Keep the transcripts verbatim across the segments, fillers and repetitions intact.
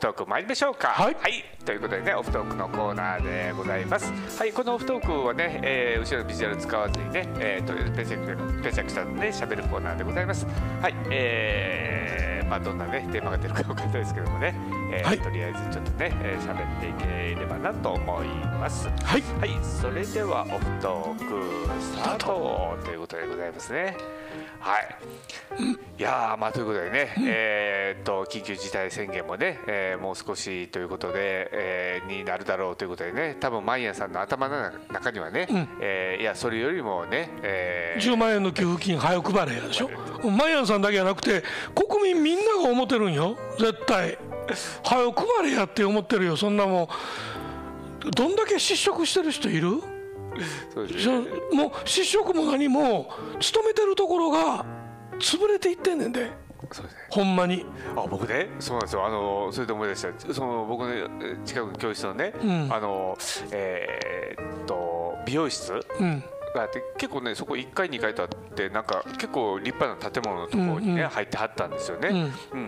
トーク参りましょうか。 はい、 はい、ということでね、オフトークのコーナーでございます。はい、このオフトークはね、えー、後ろのビジュアル使わずにね、えー、とりあえずペチャクペチャクチャで喋るコーナーでございます。はい、えー、まあどんなねテーマが出るか分かんないですけどもね、えーはい、とりあえずちょっとね、えー、喋っていければなと思います。はい、はい、それではオフトークスタートということでございますね。はい、うん、いやーまあということでね、うん、えー、っと緊急事態宣言もね、えー、もう少しということで、えー、になるだろうということでね、多分マイヤーさんの頭の中にはね、うん、えー、いやそれよりもね、えー、 じゅうまんえんの給付金早く配れやでしょ。マイヤーさんだけじゃなくて国民みんなが思ってるんよ。絶対早く配れやって思ってるよ。そんなもんどんだけ失職してる人いる。そうですね、もう失職も何も勤めてるところが潰れていってんねんで。そうですね、ほんまに。あ、 僕ね、そうなんですよ。あのそれで思い出した。その僕の近くの教室のね、うん、あのえー、っと美容室、うん、があって、結構ねそこいっかいにかいとあって、なんか結構立派な建物のところにね、うんうん、入ってはったんですよね、うんうん、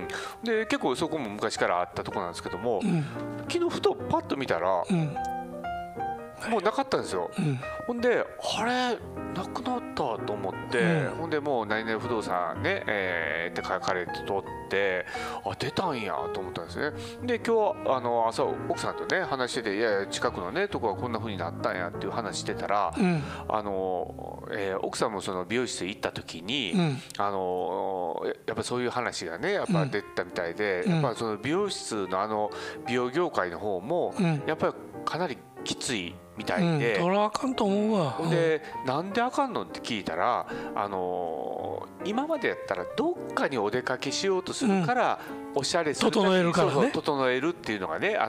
で結構そこも昔からあったところなんですけども、うん、昨日ふとパッと見たら、うん、もうなかったんですよ、うん、ほんであれなくなったと思って、うん、ほんでもう何々不動産ね、えー、って書かれて取ってあ出たんやと思ったんですね。で今日あの朝奥さんとね話してて、いやいや近くのねとこはこんな風になったんやっていう話してたら、うん、あのえー、奥さんもその美容室行った時に、うん、あのやっぱそういう話がねやっぱ出たみたいで、うん、やっぱその美容室のあの美容業界の方も、うん、やっぱりかなりきついみたいで、 うん、それはあかんと思うわ。 で、なんであかんのって聞いたら、あのー、今までやったらどっかにお出かけしようとするから、うん、おしゃれする整えるからね、そうそう整えるっていうのがねあって、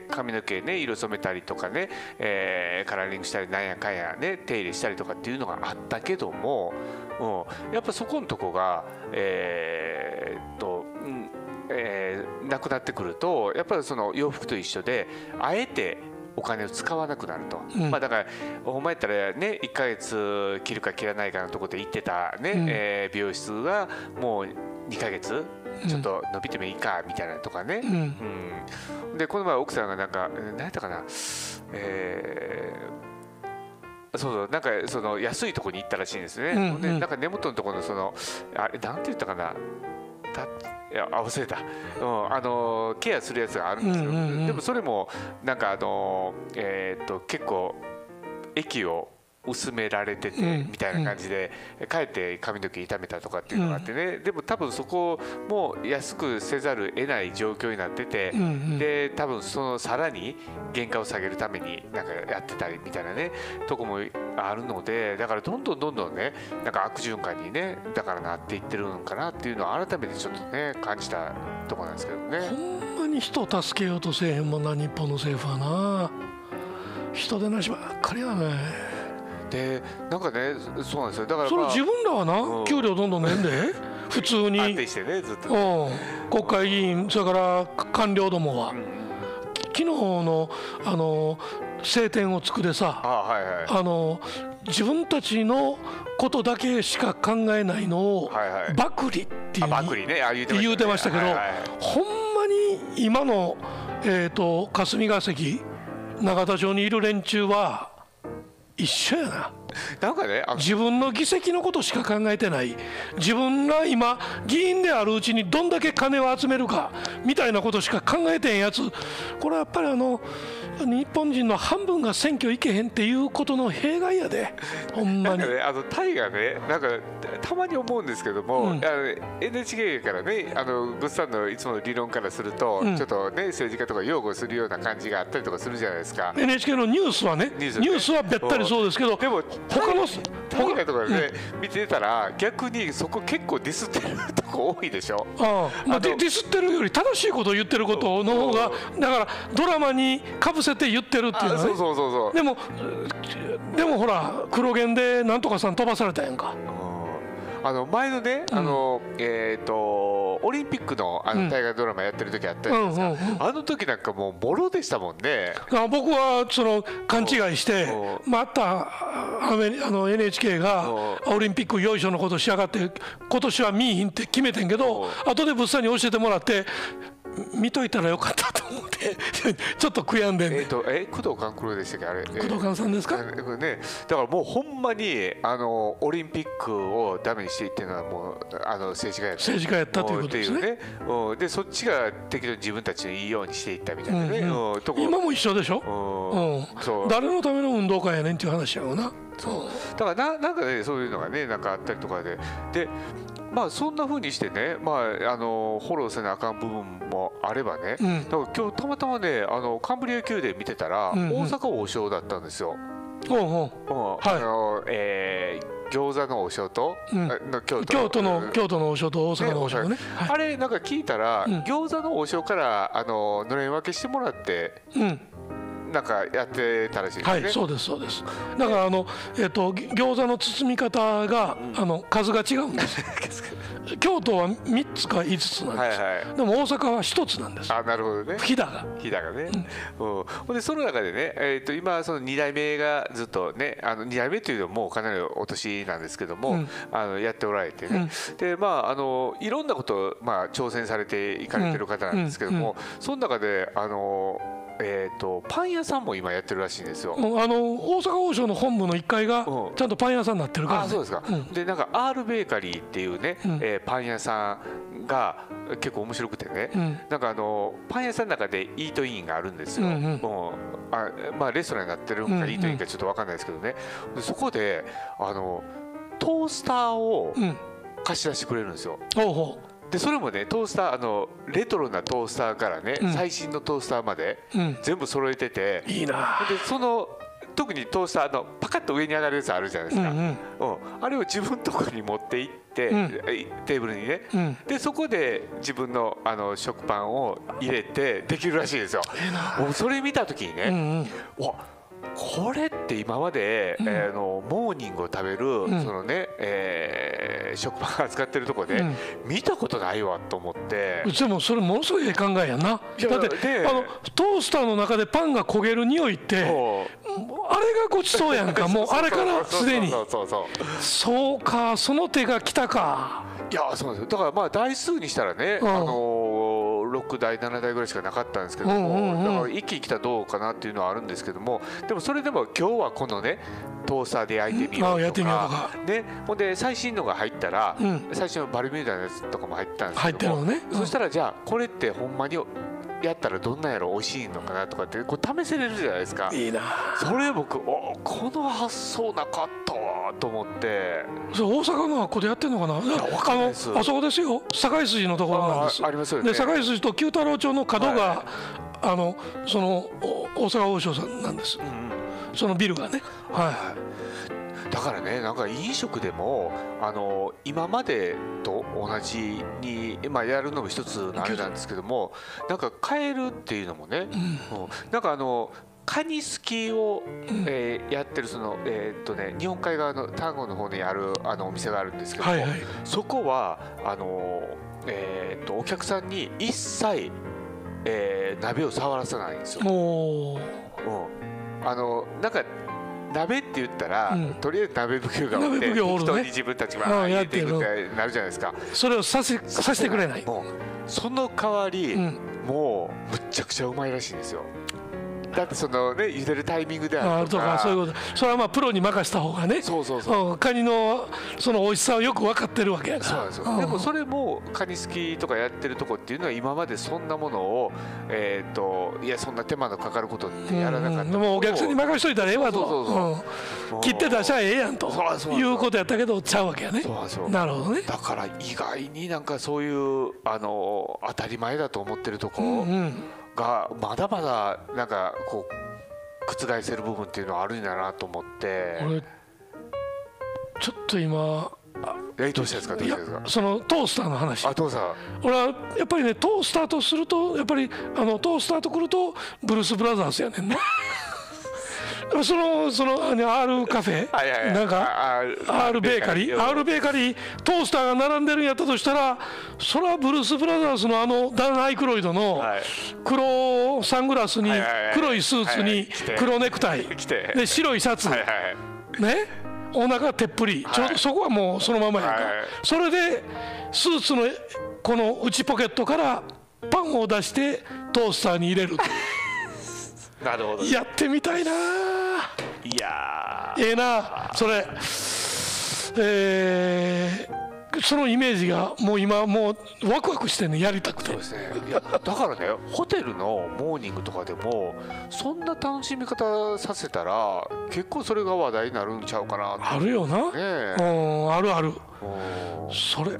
髪の毛ね色染めたりとかね、えー、カラーリングしたりなんやかんやね手入れしたりとかっていうのがあったけども、うん、やっぱそこのとこがえー、っと、うんえー、なくなってくると、やっぱりその洋服と一緒であえてお金を使わなくなると、うん、まあだからお前やったらねいっかげつ切るか切らないかのところで行ってたね、うん、えー、美容室がもうにかげつちょっと伸びてもいいかみたいなとかね、うんうん、でこの前奥さんがなんか何やったかな、えー、そうそうなんかその安いところに行ったらしいんですね、うんうん、でなんか根元のところのそのあれなんて言ったかな、たいや忘れた、うん、あのケアするやつがあるんですよ、うんうんうん、でもそれもなんかあの、えー、っと結構液を薄められててみたいな感じで、うん、かえって髪の毛傷めたとかっていうのがあってね、うん、でも多分そこも安くせざる得ない状況になってて、うんうん、で多分そのさらに原価を下げるためになんかやってたりみたいなねとこもあるので、だからどんどんどんどんねなんか悪循環にねだからなっていってるのかなっていうのを改めてちょっとね感じたところなんですけどね。 ほんまに人を助けようとせえへんもんな日本の政府はな。人でなしばっかりやね。 でなんかねそうなんですよ。だから、まあ、 それ自分らはな、うん、給料どんどんねんで普通に安定してねずっとね、 うん、国会議員それから官僚どもは、うん、昨日のあの晴天をつくでさ、あ、はいはい、あの自分たちのことだけしか考えないのを、はいはい、バクリっていう言うてましたけど、はいはい、ほんまに今の、えーと、霞が関永田町にいる連中は一緒やな。 なんかね、 自分の議席のことしか考えてない。自分が今議員であるうちにどんだけ金を集めるかみたいなことしか考えてんやつ、これはやっぱりあの日本人の半分が選挙行けへんっていうことの弊害やで、ほんまに。 なんかね、あのタイがね、なんかたまに思うんですけども、うん、あの エヌエイチケー からね、あのグッさんのいつもの理論からすると、うん、ちょっとね政治家とか擁護するような感じがあったりとかするじゃないですか。 エヌエイチケー のニュースはね、ニュースね、ニュースはべったりそうですけど、 でも他のタイとかでね、うん、見てたら逆にそこ結構ディスってるとこ多いでしょ。 ああ、まあ、ディスってるより正しいことを言ってることの方が、だからドラマにかぶせて言ってるっていうのはね。 そうそうそうそう。 でもでもほら黒源でなんとかさん飛ばされたやんか。 あの前のね、あの、うん、えっ、ー、とオリンピックのあの大河ドラマやってる時あったじゃないですか、うんうんうん、あの時なんかもうボロでしたもんね。 あ、僕はその勘違いしてまたあの エヌエイチケー がオリンピックよいしょのことしやがって今年は見いひんって決めてんけど、後で物産に教えてもらって見といたらよかったと思ってちょっと悔やんでんねん。 えっとえ工藤官九郎でしたっけあれ。 工藤官さんですか。 ね、だからもうほんまにあのオリンピックをダメにしていっていうのはもうあの政治家やった政治家やったということですね。 ね、うん、でそっちが適当に自分たちのいいようにしていったみたいなね、うんうん、とこ今も一緒でしょ、うん、そう誰のための運動会やねんっていう話やろうな。 そうだからな、なんかねそういうのがねなんかあったりとかででまあそんな風にしてね、まあ、あのフォローせなあかん部分もあればね、うん、だから今日たまたまねあのカンブリア宮殿見てたら、うんうん、大阪王将だったんですよ。 おうおう、 うん、はい、あのえー、餃子の王将と、うん、 京都京都の京都の王将と大阪の王将ね、ね、 はい、あれなんか聞いたら、うん、餃子の王将からあののれん分けしてもらって、うん、なんかやってたらしいですね。 はい、そうですそうです。だからあのえっと餃子の包み方が、うん、あの数が違うんです。京都はみっつかいつつなんです。はいはい、でも大阪はひとつなんです。 あ、なるほどね。 飛騨が。 飛騨がね。うん。ほんでその中でね、えっと今そのに代目がずっとね、あのに代目というのももうかなりお年なんですけども、うん、あのやっておられてね。うん、でまああのいろんなことまあ挑戦されていかれてる方なんですけども、うんうん、その中であの。えー、とパン屋さんも今やってるらしいんですよ。 あの大阪王将の本部のいっかいがちゃんとパン屋さんになってるから、ね、 あ、そうですか。うん、でなんか アール ベーカリーっていうね、うん、えー、パン屋さんが結構面白くてね、うん、なんかあのパン屋さんの中でイートインがあるんですよ。うんうん、もうあ、まあ、レストランになってるのか、うんうん、イートインかちょっと分かんないですけどね、でそこであのトースターを貸し出してくれるんですよ。 うん、ほうほう。 でそれもねトースターあのレトロなトースターからね、うん、最新のトースターまで、うん、全部揃えてて、 いいな。 でその特にトースターのパカッと上に上がるやつあるじゃないですか、うんうんうん、あれを自分のところに持って行って、うん、テーブルにね、うん、でそこで自分のあの食パンを入れてできるらしいですよ。もうそれ見た時にね、うんうん、わこれって今まで、うん、えー、のモーニングを食べる、うん、そのね、えー、食パン扱ってるとこで、うん、見たことないわと思って。 でもそれものすごい考えやな。だってあのトースターの中でパンが焦げる匂いってあれがごちそうやんか。もうあれからすでにそうか、その手が来たか。 いやそうなんですよ。だからまあ台数にしたらね、うん、あのー、ろくだいななだいぐらいしかなかったんですけども、うんうんうん、だから一気に来たらどうかなっていうのはあるんですけども、でもそれでも今日はこのねトースターで焼いてみようとか、うん、やってみようとかね、ほんで最新のが入ったら、うん、最新のバルミューダのやつとかも入ったんですけども、 入ってるのね、うん、 そしたらじゃあこれってほんまにやったらどんなやろ美味しいのかなとかってこう試せれるじゃないですか。 いいな。 それ僕おこの発想なかったわと思って。 それ大阪のここでやってんのかな。いや分かんないです。あのあそこですよ、堺筋のところなんです。 あ, ありますよね。 で堺筋と九太郎町の角が、はい、あのその大阪王将さんなんです、うん、そのビルがね、はい、 だからねなんか飲食でもあの今までと同じに、まあ、やるのも一つのあれなんですけども、なんか変えるっていうのもね、うん、なんかあのカニすきを、えー、やってるその、えーっとね、日本海側の丹後の方にあるあのお店があるんですけども、はいはい、そこはあの、えー、っとお客さんに一切、えー、鍋を触らせないんですよ。お、うん、あのなんか鍋って言ったら、うん、とりあえず鍋奉行がおって適当に自分たちが入れていくってなるじゃないですか。 それをさせさせてくれない。 もうその代わり、うん、もうむっちゃくちゃうまいらしいんですよ。だってそのね茹でるタイミングであるとか、 あそういうこと。それはまあプロに任せた方がね、 そうそうそう、 カニのその美味しさをよく分かってるわけやから。 そうなんですよ、うん、でもそれもカニすきとかやってるとこっていうのは今までそんなものをえっ、ー、といやそんな手間のかかることってやらなかった、うんうん、でもお客さんに任しといたらええわと、そうそうそう、うん、切って出しゃええやんということやったけどちゃうわけやね。そうなんですよ。なるほどね。 だから意外になんかそういうあの当たり前だと思ってるとこがまだまだなんかこう覆せる部分っていうのはあるんだなと思って。 俺ちょっと今えどうしたんですか。どうしたんですか。 そのトースターの話。 あトースター。 俺はやっぱりねトースターとするとやっぱりあのトースターとくるとブルース・ブラザーズやねんな。そのその アール カフェ、はいはいはい、なんか アール ベーカリー アール ベーカリートースターが並んでるんやったとしたら、それはブルース・ブラザーズのあのダン・アイクロイドの黒サングラスに黒いスーツに黒ネクタイで白いシャツね、お腹てっぷり、ちょうどそこはもうそのままやんか。それでスーツのこの内ポケットからパンを出してトースターに入れるというなるほど、 やってみたいな。 いやええなそれ。えー、そのイメージがもう今もうワクワクしてね、やりたくて。 そうですね。いやだからね、ホテルのモーニングとかでもそんな楽しみ方させたら結構それが話題になるんちゃうかなって。 あるよな、 ねえ、 うん、あるある。 うん、 それ、うん、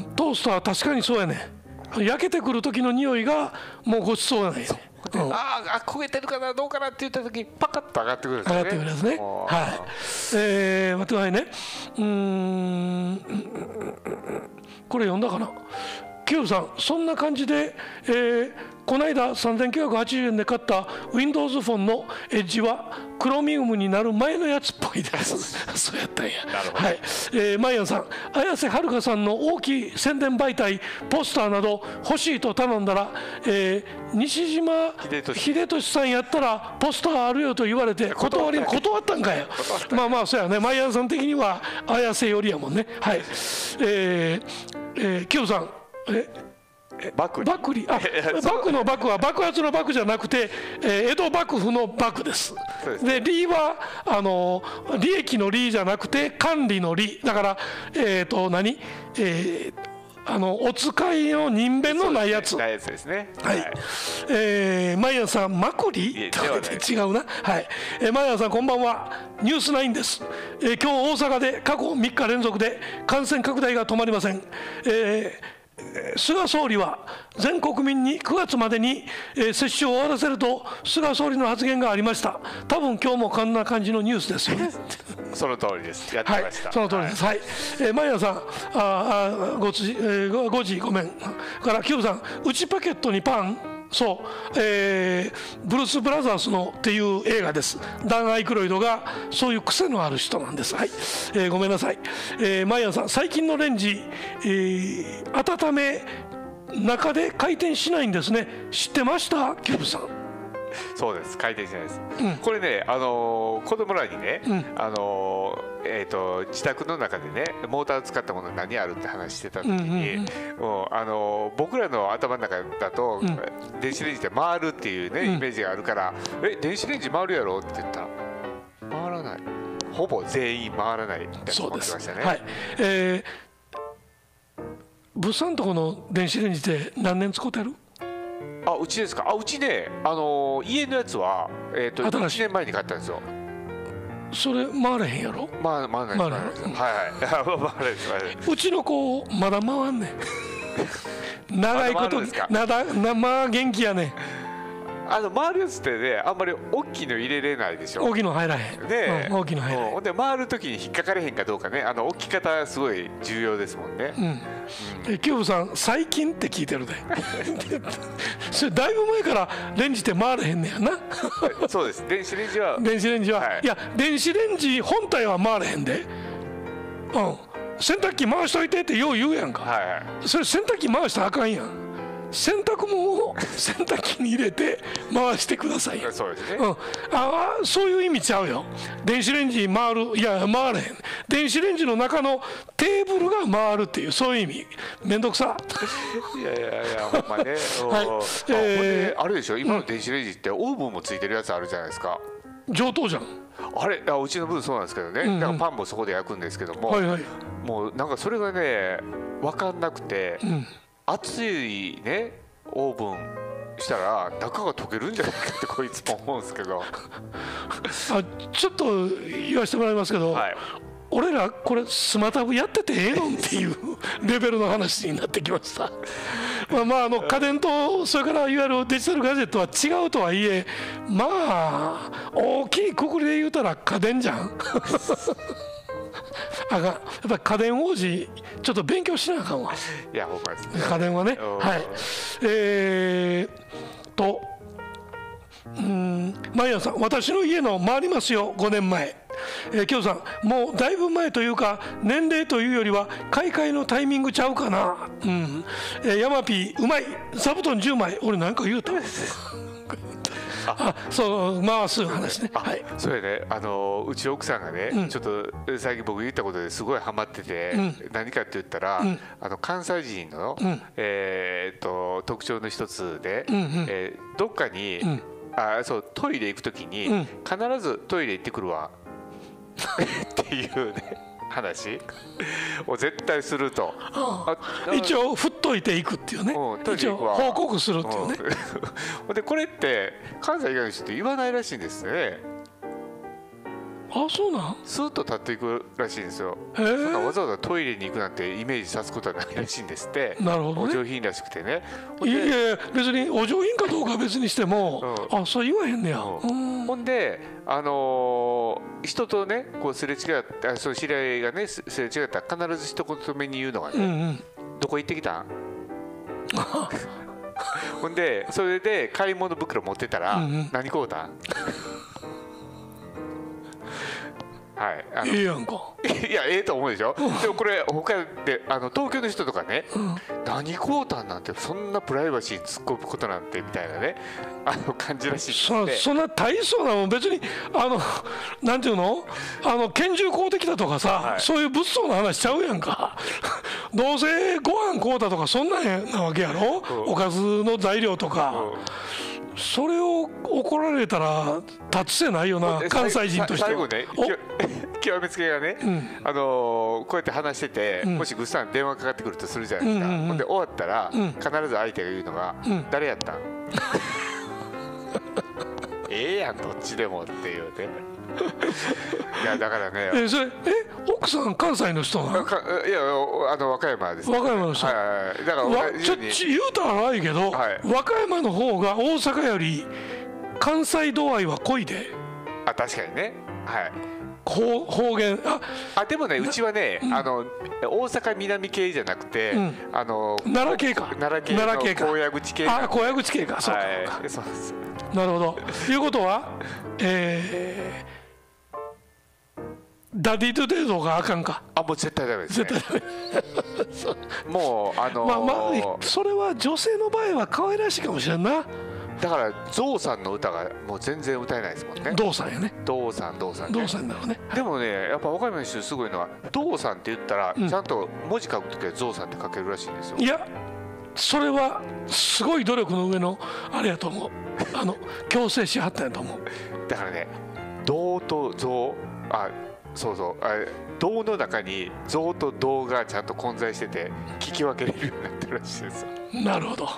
トースターは確かにそうやね。焼けてくる時の匂いがもうごちそうやね。 うん、ああ焦げてるかなどうかなって言った時パカッと上がってくるんですね。 上がってくるやつね。はい。えー、待ってくださいね。うーん、これ読んだかな。キューブさん、そんな感じで、えー、この間さんぜんきゅうひゃくはちじゅうえんで買った Windows フォンのエッジはクロミウムになる前のやつっぽいですそうやったんや。はい、えー、マイアンさん、綾瀬はるかさんの大きい宣伝媒体ポスターなど欲しいと頼んだら、えー、西島秀俊さんやったらポスターあるよと言われて断り断ったんかよまあまあそうやね。マイアンさん的には綾瀬よりやもんね。はい、えーえー、キューブさん、えバクリバクリあバクのバクは爆発のバクじゃなくて、えー、江戸幕府のバクです。で利はあの利益の利じゃなくて管理の利だから、えー、と何、えー、あのお使いの人弁のないやつ。 ないやつですね。 はい。えー、マイアンさんマクリとかで違うな。はい。えー、マイアンさんこんばんは。ニュースナインです。えー、今日大阪で過去みっか連続で感染拡大が止まりません。えー菅総理は全国民にくがつまでに接種を終わらせると菅総理の発言がありました。多分今日もこんな感じのニュースですよねその通りです。やってました。 はい、その通りです。はい、えー、マイアンさん、ああごつ、えー、ごじごめんからキューブさん、内パケットにパン。そう、えー、ブルース・ブラザースのっていう映画です。ダン・アイクロイドがそういう癖のある人なんです。はい、えー、ごめんなさい、えー、マイアンさん、最近のレンジ、えー、温め中で回転しないんですね。知ってました、キューブさん。 そうです、回転しないです、 うん、 これね、あのー、子供らにね、うん、あのーえー、と自宅の中でねモーターを使ったもの何あるって話してた時に、うんうんうん、あのー、僕らの頭の中だと、うん、電子レンジで回るっていうね、うん、イメージがあるから「え電子レンジ回るやろ?」って言ったら回らない、ほぼ全員回らないって思ってましたね。 はい、えー、物産とこの電子レンジって何年使ってる？ あ、うちですか。あ、うちね、あのー、家のやつは、えー、といちねんまえに買ったんですよ。 それ回らへんやろ？ まあ、回らないです。はいはい回らないです。 うちの子まだ回んねん長いことなだなまあ元気やねん。 あの回るやつってね、あんまり大きいの入れれないでしょ。 大きいの入らへん。 で、 うん、大きいの入らへん。 で回るときに引っかかれへんかどうかね、あの置き方すごい重要ですもんね。うん。 うん、キューブさん、最近って聞いてるで。それだいぶ前からレンジって回れへんねやな。 そうです。電子レンジは。 電子レンジは、はい、いや電子レンジ本体は回れへんで。うん。洗濯機回しといてってよう言うやんか。はいはい。それ洗濯機回したらあかんやん。洗濯物を洗濯機に入れて回してください。 そうですね。 うん、あそういう意味ちゃうよ。電子レンジ回る、いや回れへん。電子レンジの中のテーブルが回るっていうそういう意味。めんどくさ。 いやいやいやほんまね。はい。えー、あれでしょ。今の電子レンジってオーブンもついてるやつあるじゃないですか。 上等じゃん。 あれあうちの分そうなんですけどね。うんうん、だからパンもそこで焼くんですけども、 はいはい、 もうなんかそれがね分かんなくて。うん、熱いねオーブンしたら中が溶けるんじゃないかってこいつも思うんですけどあちょっと言わせてもらいますけど、はい、俺らこれスマタブやっててええのっていうレベルの話になってきましたまあまああの家電とそれからいわゆるデジタルガジェットは違うとはいえまあ大きいくくりで言うたら家電じゃんあかん、やっぱり家電王子ちょっと勉強しなあかんわ。 いやほんまですね。 家電はね。はい。えー、と、うん、マイヤーさん、私の家の回りますよごねんまえ。えー、キョウさん、もうだいぶ前というか年齢というよりは買い替えのタイミングちゃうかな。うん。えー、ヤマピーうまい座布団じゅうまい。俺なんか言うた。 あそう回す話ね。はい、 それね、あのうち奥さんがね、うん、ちょっと最近僕言ったことですごいハマってて、うん、何かって言ったら、うん、あの関西人の、うん、えー、っと特徴の一つで、うんうん、えー、どっかに、うん、あそうトイレ行くときに、うん、必ずトイレ行ってくるわっていうね話を絶対すると、 ああ一応振っといていくっていうね、うん、一応報告するっていうね、 うん、でこれって関西以外の人って言わないらしいんですね。 あ、そうなん？ スーッと立っていくらしいんですよ。そんなわざわざトイレに行くなんてイメージさすことはないらしいんですって。 なるほどね。 お上品らしくてね。 いやいや別にお上品かどうかは別にしても、うん、あ、そう言わへんねや。 うん、ほんであのー、人とねこうすれ違ったその知り合いがねすれ違ったら必ず一言目に言うのがね、うんうん、どこ行ってきたん？ほんでそれで買い物袋持ってたら、うんうん、何買うたん？はい、あのええやんか。 いやええと思うでしょ。でもこれ他であの東京の人とかね、うん、何こうたんなんてそんなプライバシーに突っ込むことなんてみたいなねあの感じらしいそそんな大層なもん別にあのなんていうのあの拳銃買うてきたとかさ、はい、そういう物騒な話しちゃうやんかどうせご飯買うたとかそんなんなわけやろ、うん、おかずの材料とか、うん、それを怒られたら立つせないよな関西人としては。 最後ね極めつけがね、うん、あのー、こうやって話してて、うん、もしぐっさん電話かかってくるとするじゃないですか、うんうんうん、ほんで終わったら、うん、必ず相手が言うのが、うん、誰やったんええやんどっちでもっていうねいやだからねえそれえ奥さん関西の人なの？ いやあの和歌山です、 ね、和歌山の人、 はいはい、だからちょっと言うたらないけど、はい、和歌山の方が大阪より関西度合いは濃いで。 あ確かにね、はい方, 方言 あ, あでもねうちはね、うん、あの大阪南系じゃなくて、うん、あの奈良系か奈良系の高野口系あ高野口系かそうか、はい、そうですなるほどいうことは、えー、ダディトゥデイドがあかんか。 あもう絶対ダメです、ね、 絶対ダメもうあのー、 まあまあそれは女性の場合は可愛らしいかもしれんな。 だからゾウさんの歌がもう全然歌えないですもんね。 ゾウさんやね。 ゾウさんゾウさんゾウさんだろうね。 でもねやっぱ和歌山の人すごいのはゾウさんって言ったら、うん、ちゃんと文字書くときはゾウさんって書けるらしいんですよ。 いやそれはすごい努力の上のあれやと思うあの強制しはったんやと思う。 だからねゾウとゾウあそうそうあ銅の中にゾウと銅がちゃんと混在してて聞き分けれるようになってるらしいですよ。 なるほど。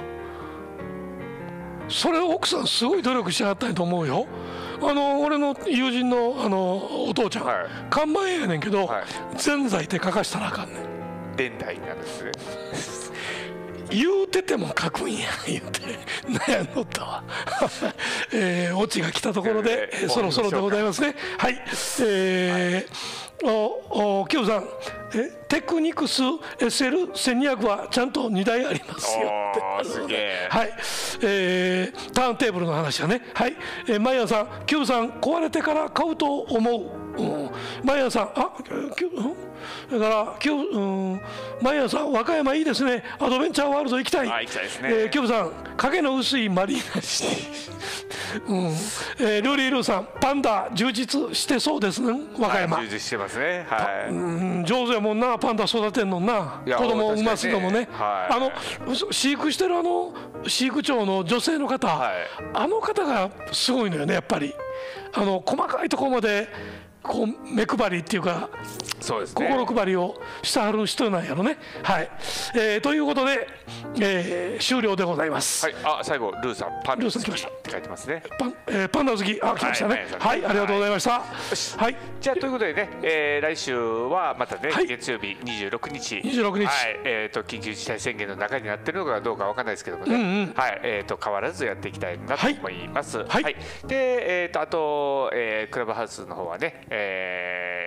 それ奥さんすごい努力しはったんやと思うよ。あの俺の友人のあのお父ちゃん、はい、看板やねんけど、はい、ぜんざいって書かしたらあかんねん。 伝来なんですね言うてても書くんや言うて悩んどったわえー、オチが来たところで、えー、そろそろでございますね。はい、えー、おおキューさんえテクニクス エスエルせんにひゃく はちゃんとにだいありますよってすげえ、 はいえー、ターンテーブルの話はね。はい、えー、マイヤーさんキューさん壊れてから買うと思う、うん、マイヤーさんあキュー、うんだからキュー、うん、マイヤーさん和歌山いいですねアドベンチャーワールド行きたい。 あ行きたいですね、 えー、キューさん影の薄いマリーナシティ、うんえー、ルーリールーさんパンダ充実してそうですね和歌山、 はい、充実してますね、はい、 うん、上手やもんなパンダ育てんのな子供を産ますのもね、はい、あの飼育してるあの飼育長の女性の方、はい、あの方がすごいのよねやっぱりあの細かいところまでこう目配りっていうかそうですね、 心配りをしてはる人なんやろね。はい、えー、ということで、えー、終了でございます。 はい、あ最後ルーさんパンダ好きって書いてますね。パン、えー、パンダ好きあ来ましたね。はい、はい、ありがとうございました。はい、はい、じゃあということでね、えー、来週はまたね、はい、月曜日にじゅうろくにちにじゅうろくにち、 はいえー、と緊急事態宣言の中になってるのかどうかわかんないですけどもね、うんうん、はいえー、と変わらずやっていきたいなと思います。はい、はいはい、で、えー、とあと、えー、クラブハウスの方はね、えー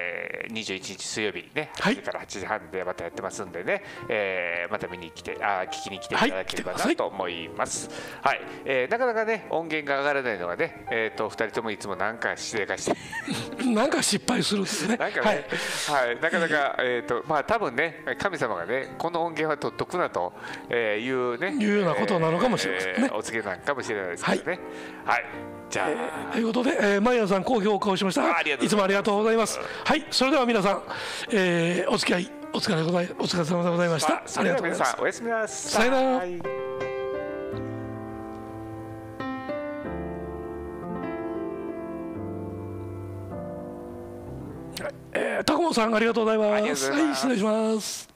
ー、にじゅういちにち水曜日ね、 はい、 はちじからはちじはんでまたやってますんでね、えー、また見に来てあ聞きに来ていただければなと思います。はい、えー、なかなかね音源が上がらないのがね、えー、とふたりともいつもなんかしでかしてなんか失敗するんですね。 なんかね、はい、はい、なかなか、えーとまあ、多分ね神様がねこの音源は取っとくなというねいうようなことなのかもしれませんね、 えー、お告げなんかもしれないですけどね。はい、はい、じゃあ、 えー、ということで、えー、マイヤーさん高評価をしました。いつもありがとうございます。はい、それでは皆さん、えー、お付き合いお疲れございお疲れ様でございました。 それでは皆さんおやすみなさい。 さよなら。えー、タコモさんありがとうございます。はい、失礼します。